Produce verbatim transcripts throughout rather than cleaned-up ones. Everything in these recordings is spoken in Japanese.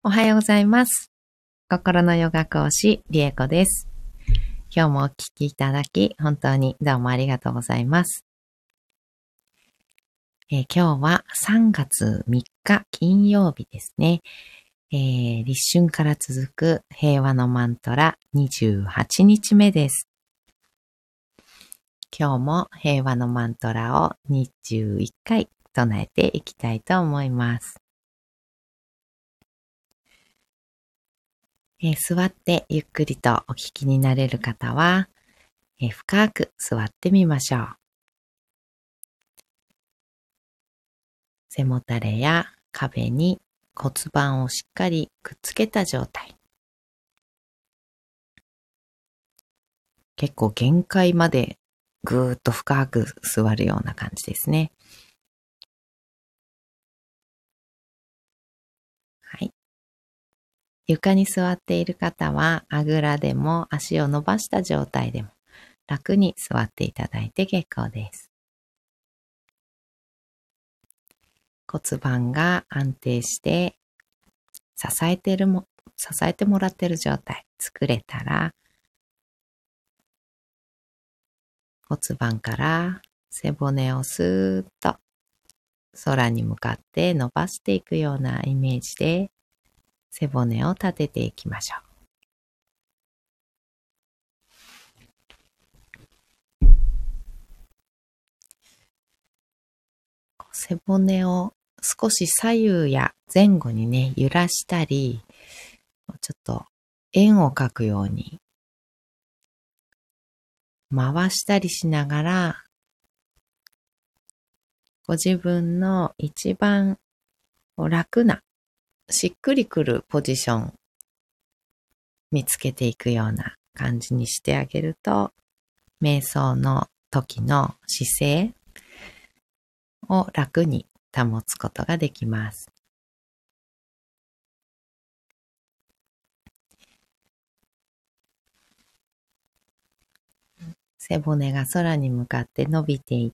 おはようございます。心のヨガ講師、リエコです。今日もお聞きいただき、本当にどうもありがとうございます。えー、今日はさんがつみっか金曜日ですね。えー、立春から続く平和のマントラにじゅうはちにちめです。今日も平和のマントラをにじゅういっかい唱えていきたいと思います。えー、座ってゆっくりとお聞きになれる方は、えー、深く座ってみましょう。背もたれや壁に骨盤をしっかりくっつけた状態。結構限界までぐーっと深く座るような感じですね。はい。床に座っている方は、あぐらでも足を伸ばした状態でも楽に座っていただいて結構です。骨盤が安定して支えてるも、支えてもらっている状態作れたら、骨盤から背骨をスーッと空に向かって伸ばしていくようなイメージで背骨を立てていきましょう。背骨を少し左右や前後にね、揺らしたり、ちょっと円を描くように回したりしながら、ご自分の一番楽な、しっくりくるポジション見つけていくような感じにしてあげると、瞑想の時の姿勢を楽に保つことができます。背骨が空に向かって伸びていって、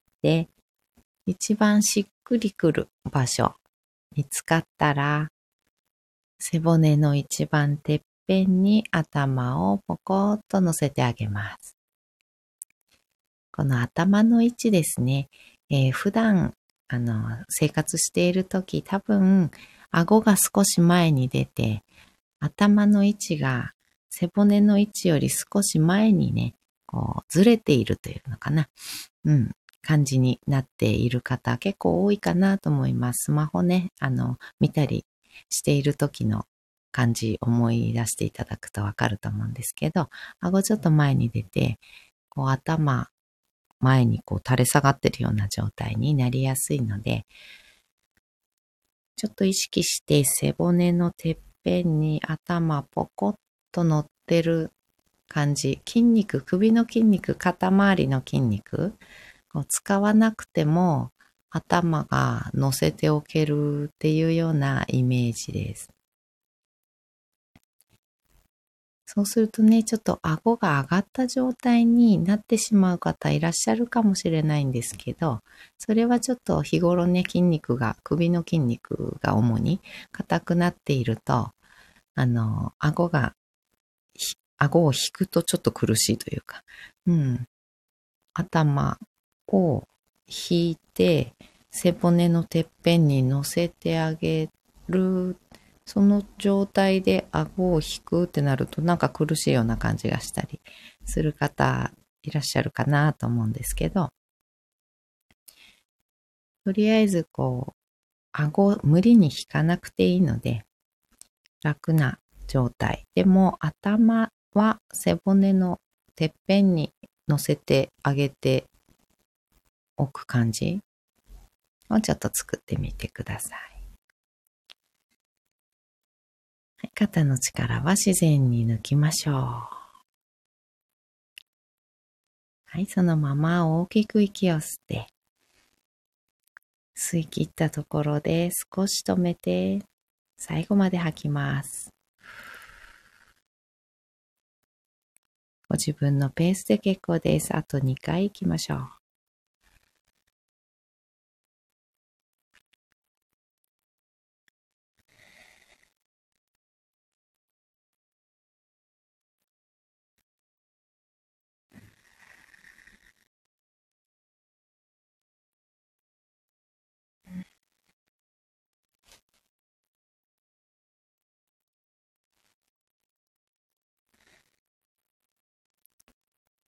一番しっくりくる場所見つかったら、背骨の一番てっぺんに頭をポコッと乗せてあげます。この頭の位置ですね、えー、普段あの生活しているとき、多分顎が少し前に出て、頭の位置が背骨の位置より少し前にね、こうずれているというのかな。うん。感じになっている方結構多いかなと思います。スマホね、あの、見たりしている時の感じ思い出していただくとわかると思うんですけど、顎ちょっと前に出て、こう頭前にこう垂れ下がってるような状態になりやすいので、ちょっと意識して背骨のてっぺんに頭ポコッと乗ってる感じ、筋肉、首の筋肉、肩周りの筋肉を使わなくても頭が乗せておけるっていうようなイメージです。そうするとね、ちょっと顎が上がった状態になってしまう方いらっしゃるかもしれないんですけど、それはちょっと日頃ね、筋肉が、首の筋肉が主に硬くなっていると、あの、顎が、顎を引くとちょっと苦しいというか、うん、頭を引いて背骨のてっぺんに乗せてあげる。その状態で顎を引くってなるとなんか苦しいような感じがしたりする方いらっしゃるかなと思うんですけど、とりあえずこう顎無理に引かなくていいので楽な状態でも頭は背骨のてっぺんに乗せてあげておく感じをちょっと作ってみてください。はい、肩の力は自然に抜きましょう。はい、そのまま大きく息を吸って、吸い切ったところで少し止めて、最後まで吐きます。ご自分のペースで結構です。あとにかい行きましょう。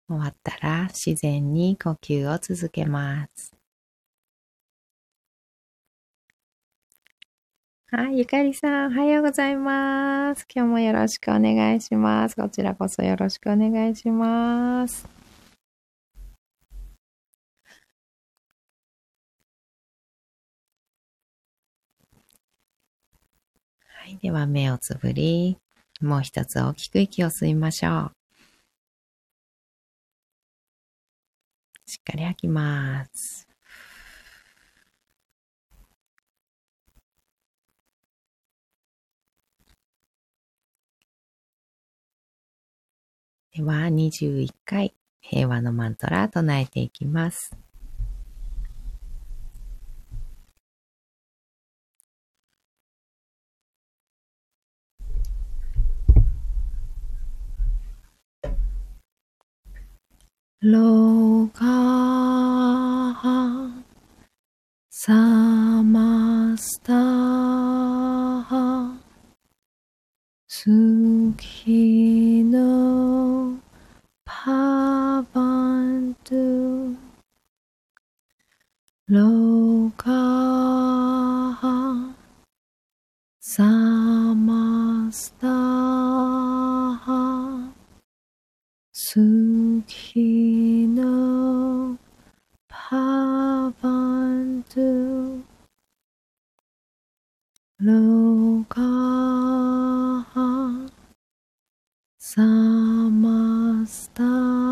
終わったら自然に呼吸を続けます。はい、ゆかりさん、おはようございます。今日もよろしくお願いします。こちらこそよろしくお願いします。はい、では目をつぶり、もう一つ大きく息を吸いましょう。しっかり吐きます。ではにじゅういっかい平和のマントラ唱えていきます。ロカハサマスタハスキノパバントゥロカハサマスタハスキノパバントゥロカハサマスタ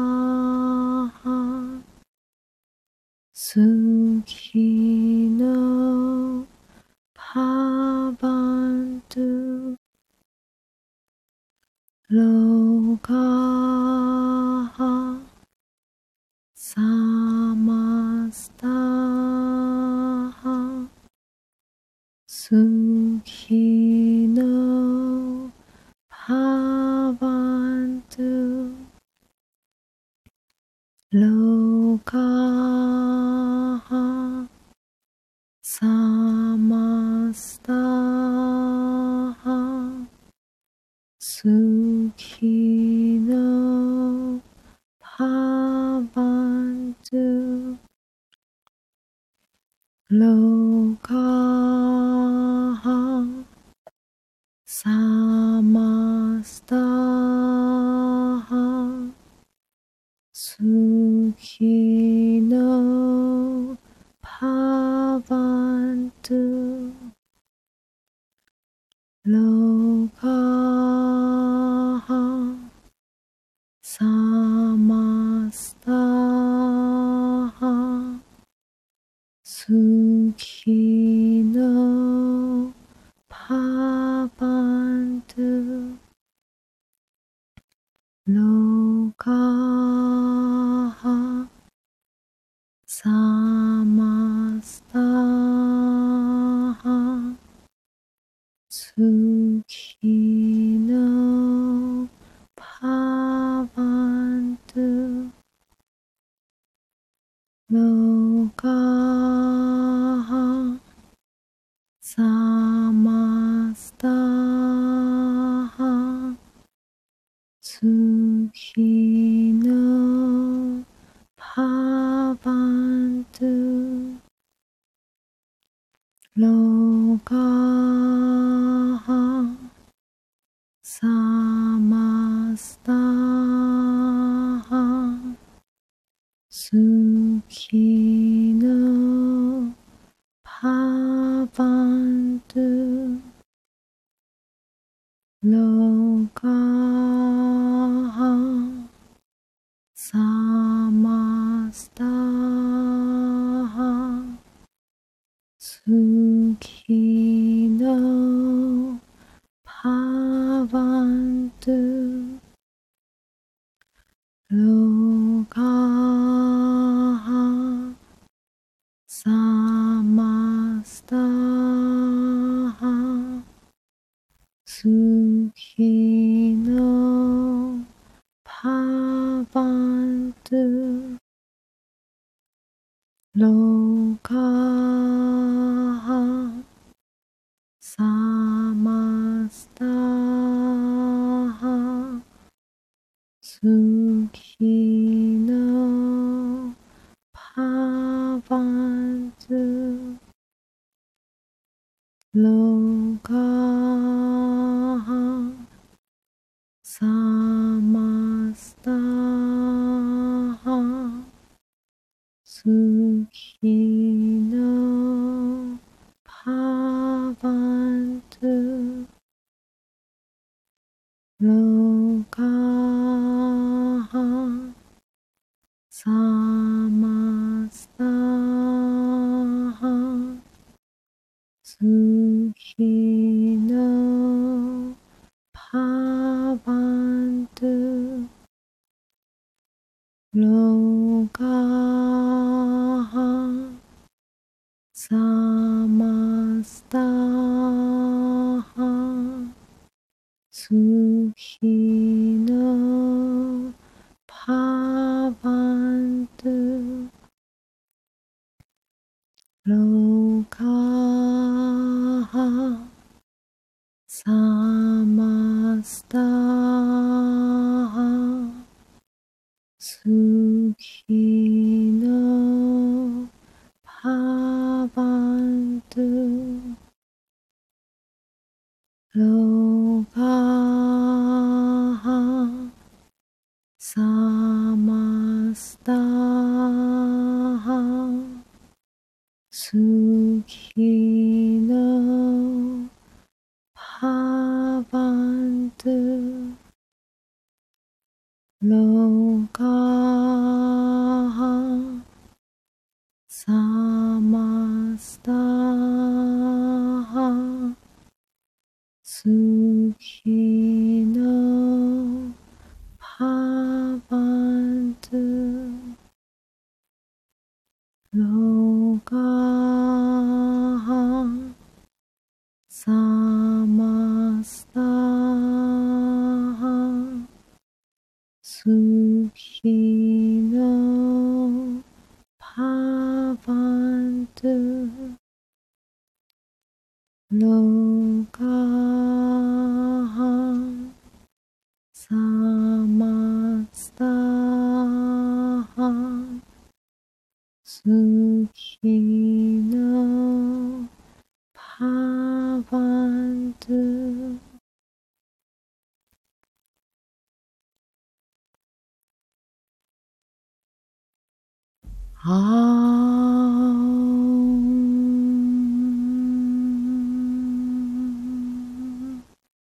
ハスキノパバントゥロカハサマスタハスキノパバントゥロカハサマスタハスキノパバントゥロカハサマスタハスキノパバントゥロカハサマスタハスキノパバントゥロカハサマスタハスキノパバントゥロカハサマスタハスキノパバントゥロカハサマスタハスキノパバントゥロカハサマスタハスキノパバントゥロカハサマスタハスキノパバントゥロカハサマスタハスキ次のパーバントロカハサマスタハ次のパーバントロカハサマスタハ次のパーバントロカハサマスタハ次のパーバントロカハサマスタハ次のパーバントロカハサマスタハ次のパーバントロカハサマスタハ次のパーバントロカハサマスタハ次のパーバントあー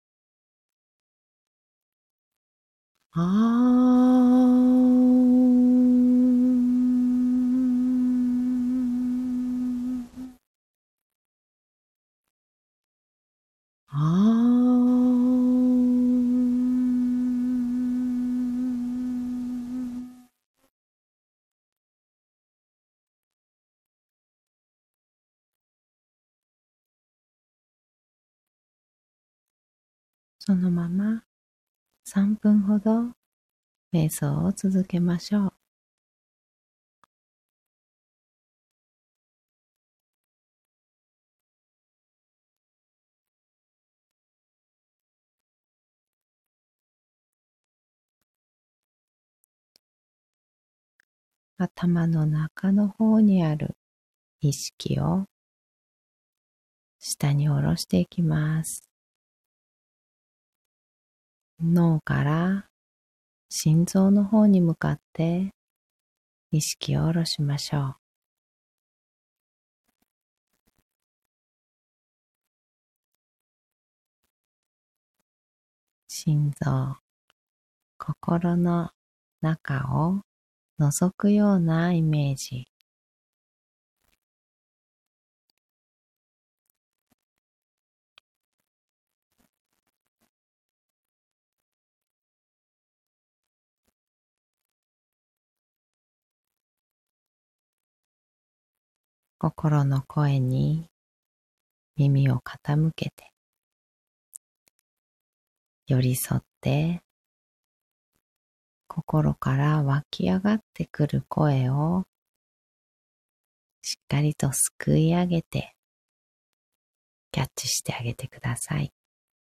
あーあーそのままさんぷんほど瞑想を続けましょう。頭の中の方にある意識を下に下ろしていきます。脳から心臓の方に向かって意識を下ろしましょう。心臓、心の中を覗くようなイメージ。心の声に耳を傾けて、寄り添って心から湧き上がってくる声をしっかりとすくい上げてキャッチしてあげてください。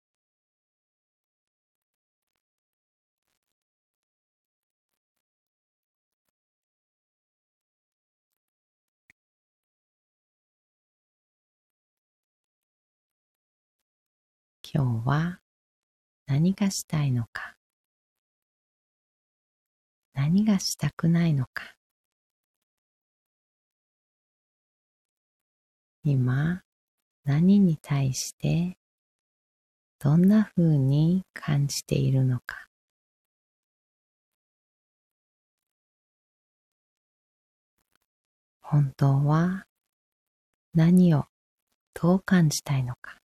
今日は何がしたいのか、何がしたくないのか、 今何に対してどんな風に感じているのか。本当は何をどう感じたいのか。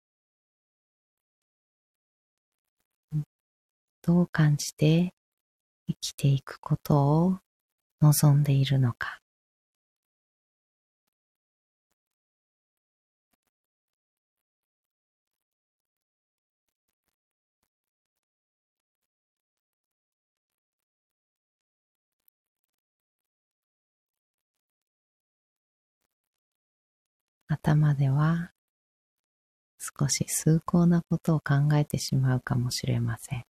どう感じて生きていくことを望んでいるのか。頭では少し崇高なことを考えてしまうかもしれません。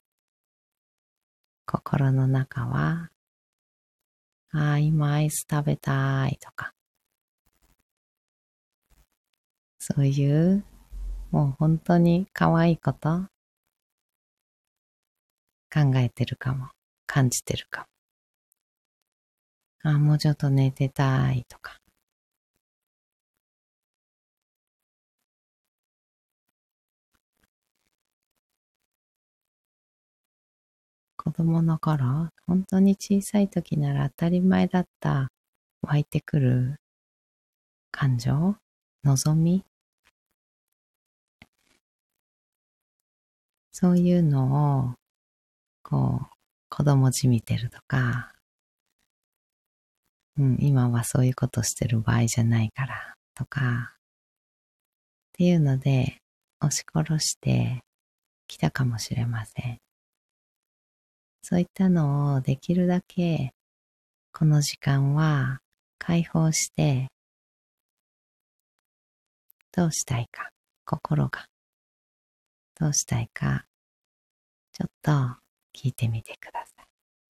心の中は、ああ、今アイス食べたいとか、そういうもう本当に可愛いこと考えてるかも、感じてるかも。ああ、もうちょっと寝てたいとか。子供の頃、本当に小さい時なら当たり前だった湧いてくる感情、望み、そういうのを、こう、子供じみてるとか、うん、今はそういうことしてる場合じゃないからとか、っていうので、押し殺してきたかもしれません。そういったのをできるだけ、この時間は解放して、どうしたいか、心がどうしたいか、ちょっと聞いてみてください。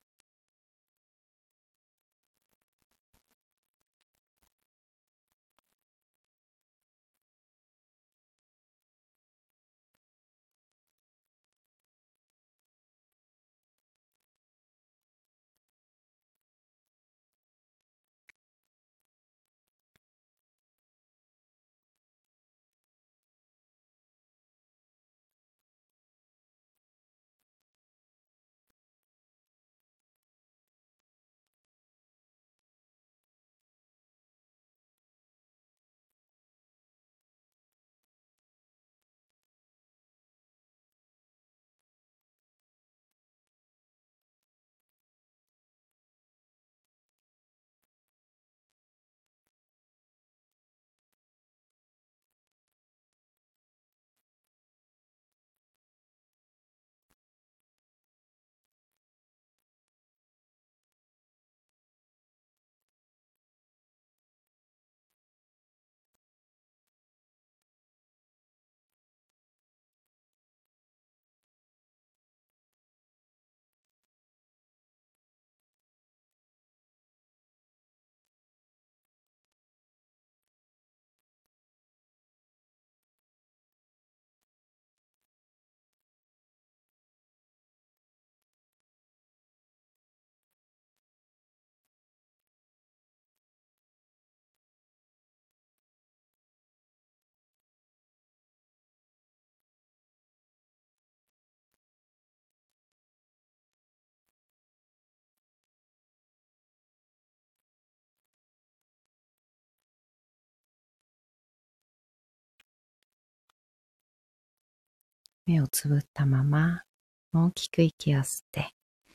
目をつぶったまま、大きく息を吸って、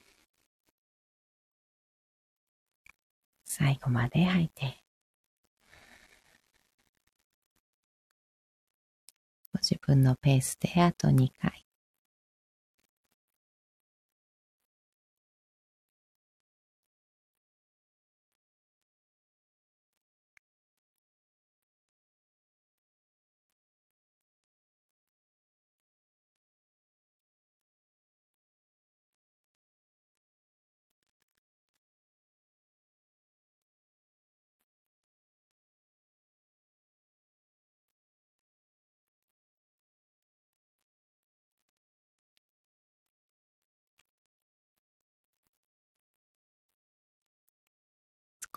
最後まで吐いて、ご自分のペースであとにかい。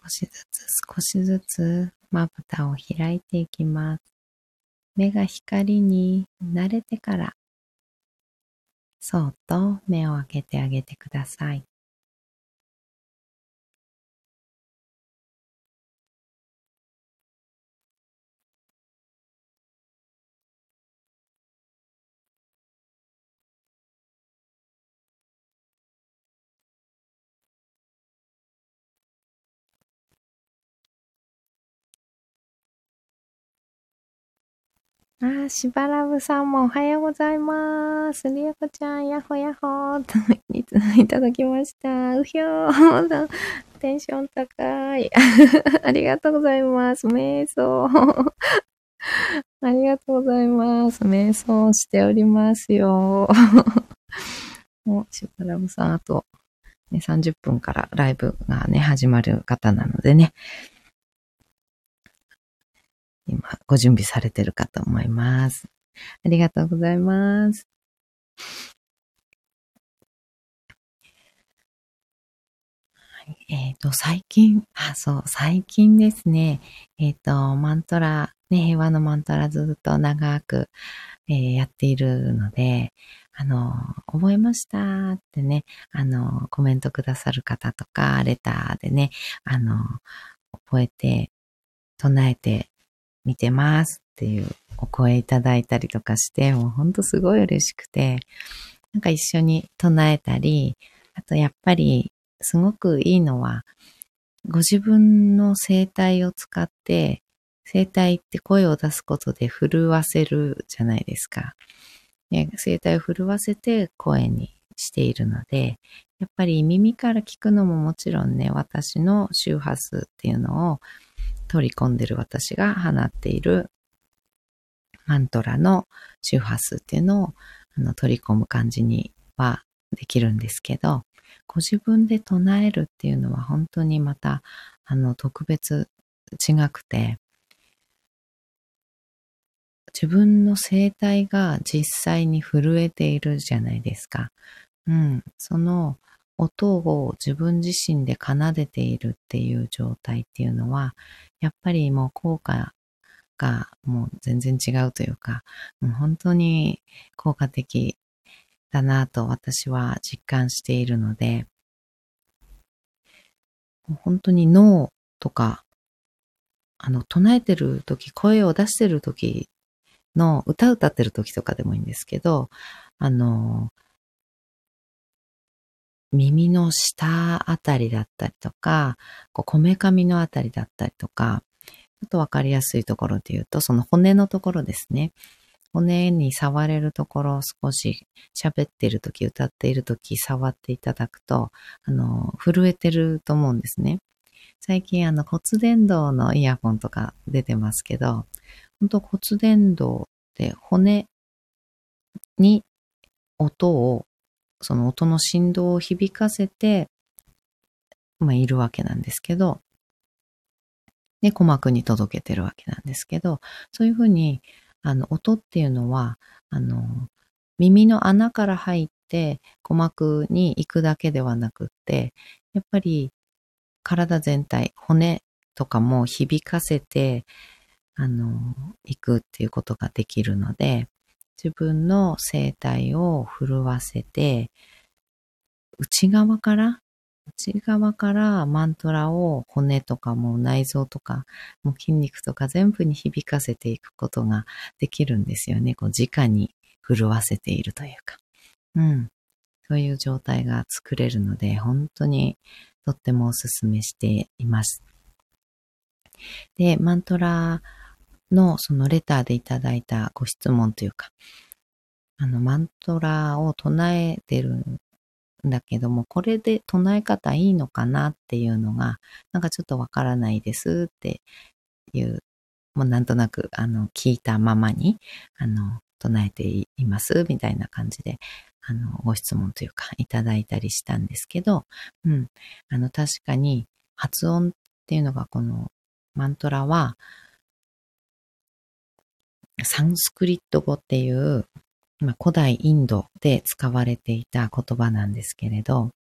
少しずつ少しずつまぶたを開いていきます。目が光に慣れてから、そーっと目を開けてあげてください。あー、しばらぶさんもおはようございます。りやこちゃん、やっほやっほーといついただきました。うひょーテンション高い。ありがとうございます。瞑想。ありがとうございます。瞑想しておりますよ。お、しばらぶさん、あと、ね、さんじゅっぷんからライブがね、始まる方なのでね、今、ご準備されてるかと思います。ありがとうございます。えっと、最近、あ、そう、最近ですね、えっと、マントラ、ね、平和のマントラずっと長く、えーやっているので、あの、覚えましたってね、あの、コメントくださる方とか、レターでね、あの、覚えて、唱えてみてますっていうお声いただいたりとかして、もうほんとすごい嬉しくて、なんか一緒に唱えたり、あとやっぱりすごくいいのは、ご自分の声帯を使って、声帯って声を出すことで震わせるじゃないですか。ね、声帯を震わせて声にしているので、やっぱり耳から聞くのももちろんね、私の周波数っていうのを取り込んでる私が放っているマントラの周波数っていうのをあの取り込む感じにはできるんですけど、ご自分で唱えるっていうのは本当にまたあの特別違くて、自分の声帯が実際に震えているじゃないですか。うん、その音を自分自身で奏でているっていう状態っていうのは、やっぱりもう効果がもう全然違うというか、もう本当に効果的だなと私は実感しているので、もう本当に脳とか、あの、唱えてる時、声を出してる時の、歌歌ってる時とかでもいいんですけど、あの、耳の下あたりだったりとか、こうこめかみのあたりだったりとか、ちょっとわかりやすいところで言うと、その骨のところですね。骨に触れるところを少し喋っているとき、歌っているとき、触っていただくと、あの、震えてると思うんですね。最近あの骨伝導のイヤホンとか出てますけど、本当骨伝導って骨に音を、その音の振動を響かせて、まあ、いるわけなんですけど、で、鼓膜に届けてるわけなんですけど、そういうふうに、あの、音っていうのは、あの、耳の穴から入って鼓膜に行くだけではなくって、やっぱり体全体、骨とかも響かせて、あの、行くっていうことができるので、自分の声帯を震わせて、内側から、内側からマントラを骨とかも内臓とか、もう筋肉とか全部に響かせていくことができるんですよね。こう直に震わせているというか。うん。そういう状態が作れるので、本当にとってもお勧めしています。で、マントラのそのレターでいただいたご質問というか、あの、マントラを唱えてるんだけども、これで唱え方いいのかなっていうのが、なんかちょっとわからないですっていう、もうなんとなく、あの、聞いたままに、あの、唱えていますみたいな感じで、あの、ご質問というか、いただいたりしたんですけど、うん。あの、確かに、発音っていうのが、この、マントラは、サンスクリット語っていう、まあ、古代インドで使われていた言葉なんですけれど、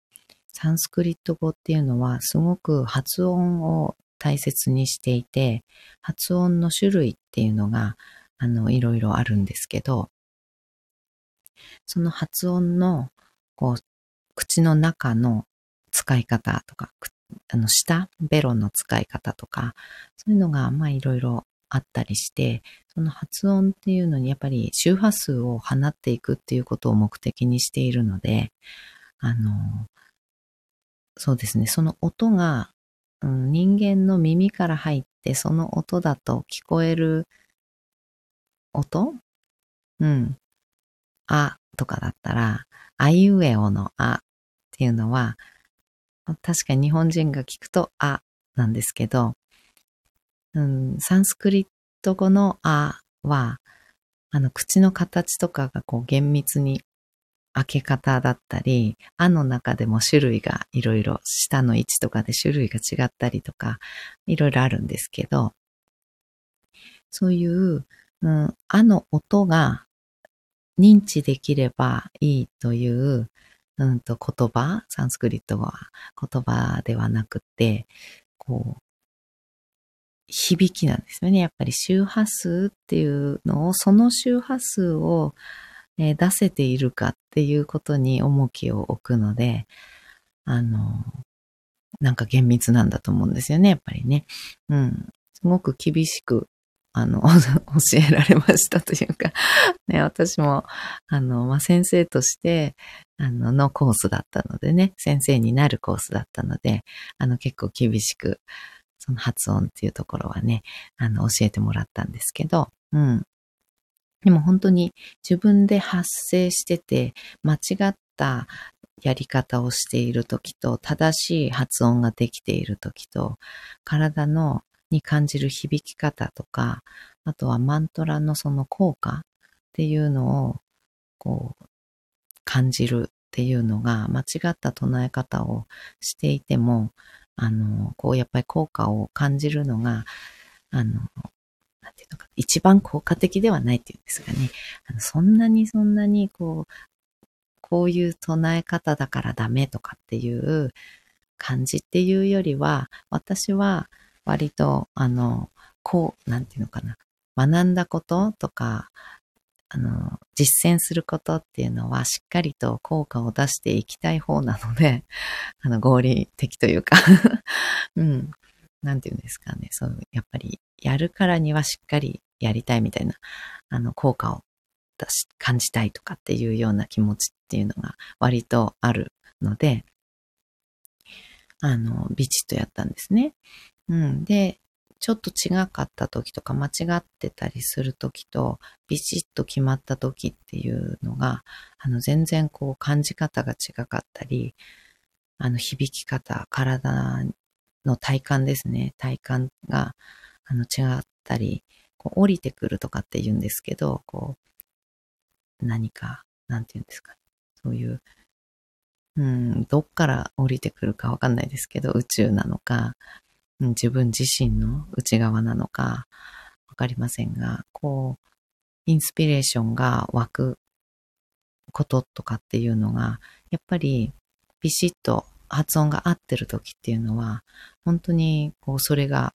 サンスクリット語っていうのはすごく発音を大切にしていて、発音の種類っていうのが、あの、いろいろあるんですけど、その発音の、こう、口の中の使い方とか、あの、舌、ベロの使い方とか、そういうのが、まあ、いろいろあったりして、その発音っていうのにやっぱり周波数を放っていくっていうことを目的にしているので、あの、そうですね、その音が、うん、人間の耳から入って、その音だと聞こえる音、うん、あとかだったら、あいうえおのあっていうのは、確かに日本人が聞くとあなんですけど、うん、サンスクリット語のあは、あの、口の形とかがこう厳密に開け方だったり、あの中でも種類がいろいろ、舌の位置とかで種類が違ったりとか、いろいろあるんですけど、そういう、うん、あの音が認知できればいいという、うんと言葉、サンスクリット語は言葉ではなくて、こう、響きなんですよね。やっぱり周波数っていうのを、その周波数を、えー出せているかっていうことに重きを置くので、あの、なんか厳密なんだと思うんですよね、やっぱりね。うん。すごく厳しく、あの、教えられましたというか、ね、私も、あの、まあ、先生として、あの、のコースだったのでね、先生になるコースだったので、あの、結構厳しく、その発音っていうところはね、あの、教えてもらったんですけど、うん。でも本当に自分で発声してて、間違ったやり方をしているときと、正しい発音ができているときと、体のに感じる響き方とか、あとはマントラのその効果っていうのをこう感じるっていうのが、間違った唱え方をしていても、あの、こうやっぱり効果を感じるのが、あの、なんていうのか、一番効果的ではないっていうんですかね。あのそんなにそんなにこう、こういう唱え方だからダメとかっていう感じっていうよりは、私は割と、あの、こう、なんていうのかな、学んだこととか、あの、実践することっていうのはしっかりと効果を出していきたい方なので、あの、合理的というかうん。なんていうんですかね。そう、やっぱり、やるからにはしっかりやりたいみたいな、あの、効果を出し、感じたいとかっていうような気持ちっていうのが割とあるので、あの、ビチッとやったんですね。うん。で、ちょっと違かった時とか間違ってたりする時と、ビチッと決まった時っていうのが、あの、全然こう感じ方が違かったり、あの、響き方、体の体感ですね。体感が、あの、違ったり、こう降りてくるとかって言うんですけど、こう、何か、なんて言うんですかね。そういう、うん、どっから降りてくるかわかんないですけど、宇宙なのか、うん、自分自身の内側なのか、わかりませんが、こう、インスピレーションが湧くこととかっていうのが、やっぱりビシッと発音が合ってる時っていうのは、本当にこうそれが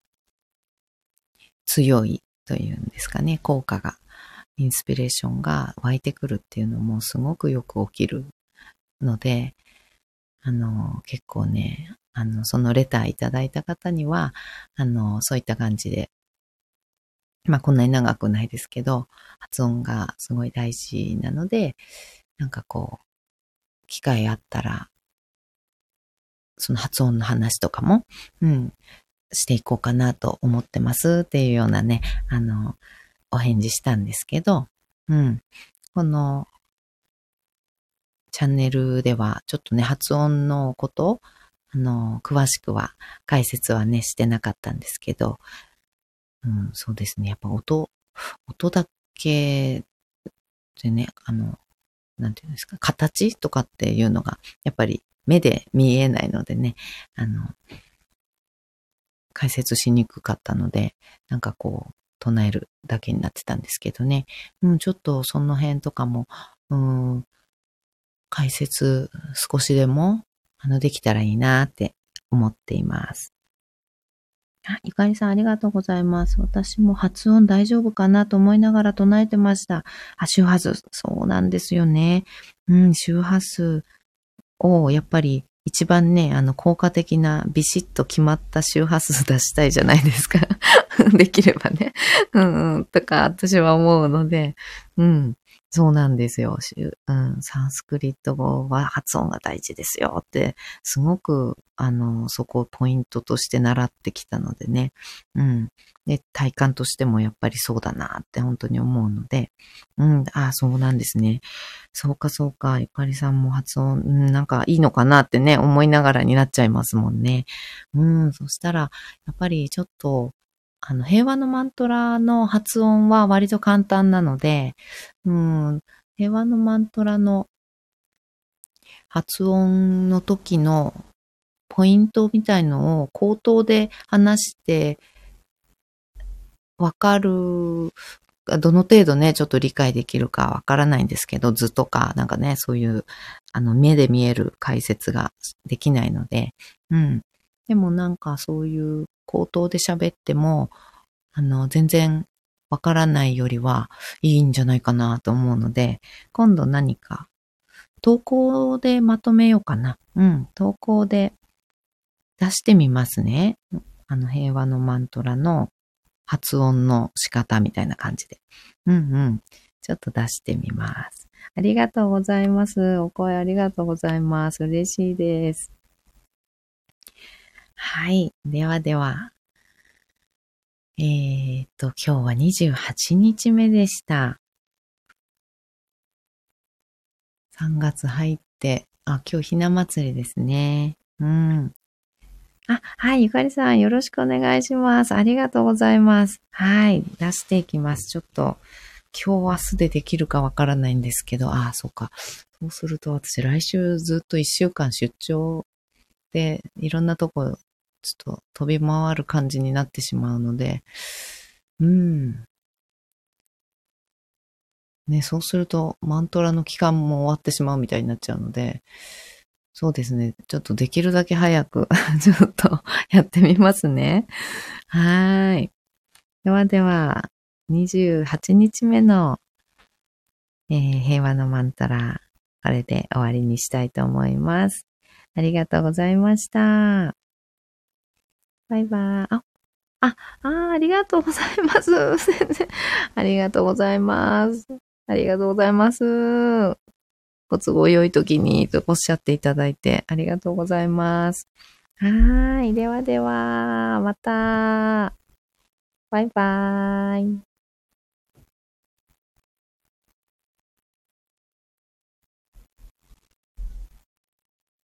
強いというんですかね、効果が、インスピレーションが湧いてくるっていうのもすごくよく起きるので、あの、結構ね、あの、そのレターいただいた方には、あの、そういった感じで、まあこんなに長くないですけど、発音がすごい大事なので、なんかこう、機会あったら、その発音の話とかも、うん、していこうかなと思ってますっていうようなね、あの、お返事したんですけど、うん。このチャンネルではちょっとね、発音のこと、あの、詳しくは、解説はね、してなかったんですけど、うん、そうですね。やっぱ音、音だけでね、あの、なんていうんですか、形とかっていうのが、やっぱり目で見えないのでね、あの、解説しにくかったので、なんかこう、唱えるだけになってたんですけどね。うん、ちょっとその辺とかも、うん、解説少しでも、 あの、できたらいいなって思っています。あ、ゆかりさんありがとうございます。私も発音大丈夫かなと思いながら唱えてました。あ、周波数。そうなんですよね。うん、周波数をやっぱり一番ね、あの、効果的なビシッと決まった周波数出したいじゃないですか。できればね。うんうん。とか私は思うので、うん。そうなんですよ。うん、サンスクリット語は発音が大事ですよって、すごく、あの、そこをポイントとして習ってきたのでね。うん。で、体感としてもやっぱりそうだなって本当に思うので、うん、ああ、そうなんですね。そうかそうか、ゆかりさんも発音、うん、なんかいいのかなってね、思いながらになっちゃいますもんね。うん、そしたら、やっぱりちょっと、あの、平和のマントラの発音は割と簡単なので、うん、平和のマントラの発音の時のポイントみたいのを口頭で話してわかる、どの程度ね、ちょっと理解できるかわからないんですけど、図とか、なんかね、そういう、あの、目で見える解説ができないので、うん。でもなんかそういう口頭で喋っても、あの、全然わからないよりはいいんじゃないかなと思うので、今度何か投稿でまとめようかな。うん、投稿で出してみますね。あの、平和のマントラの発音の仕方みたいな感じで。うんうん。ちょっと出してみます。ありがとうございます。お声ありがとうございます。嬉しいです。はい。ではでは。えーっと、今日はにじゅうはちにちめでした。さんがつ入って、あ、今日ひな祭りですね。うん。あ、はい、ゆかりさんよろしくお願いします。ありがとうございます。はい、出していきます。ちょっと、今日明日でできるかわからないんですけど、ああ、そうか。そうすると私来週ずっといっしゅうかん出張でいろんなとこちょっと飛び回る感じになってしまうので、うん。ね、そうするとマントラの期間も終わってしまうみたいになっちゃうので、そうですね。ちょっとできるだけ早くちょっとやってみますね。はーい。ではでは、にじゅうはちにちめの、えー平和のマントラ、これで終わりにしたいと思います。ありがとうございました。バイバーイ。あ、あ、あありがとうございます。先生。ありがとうございます。ありがとうございます。ご都合良い時にとおっしゃっていただいてありがとうございます。はーい。ではでは、また。バイバーイ。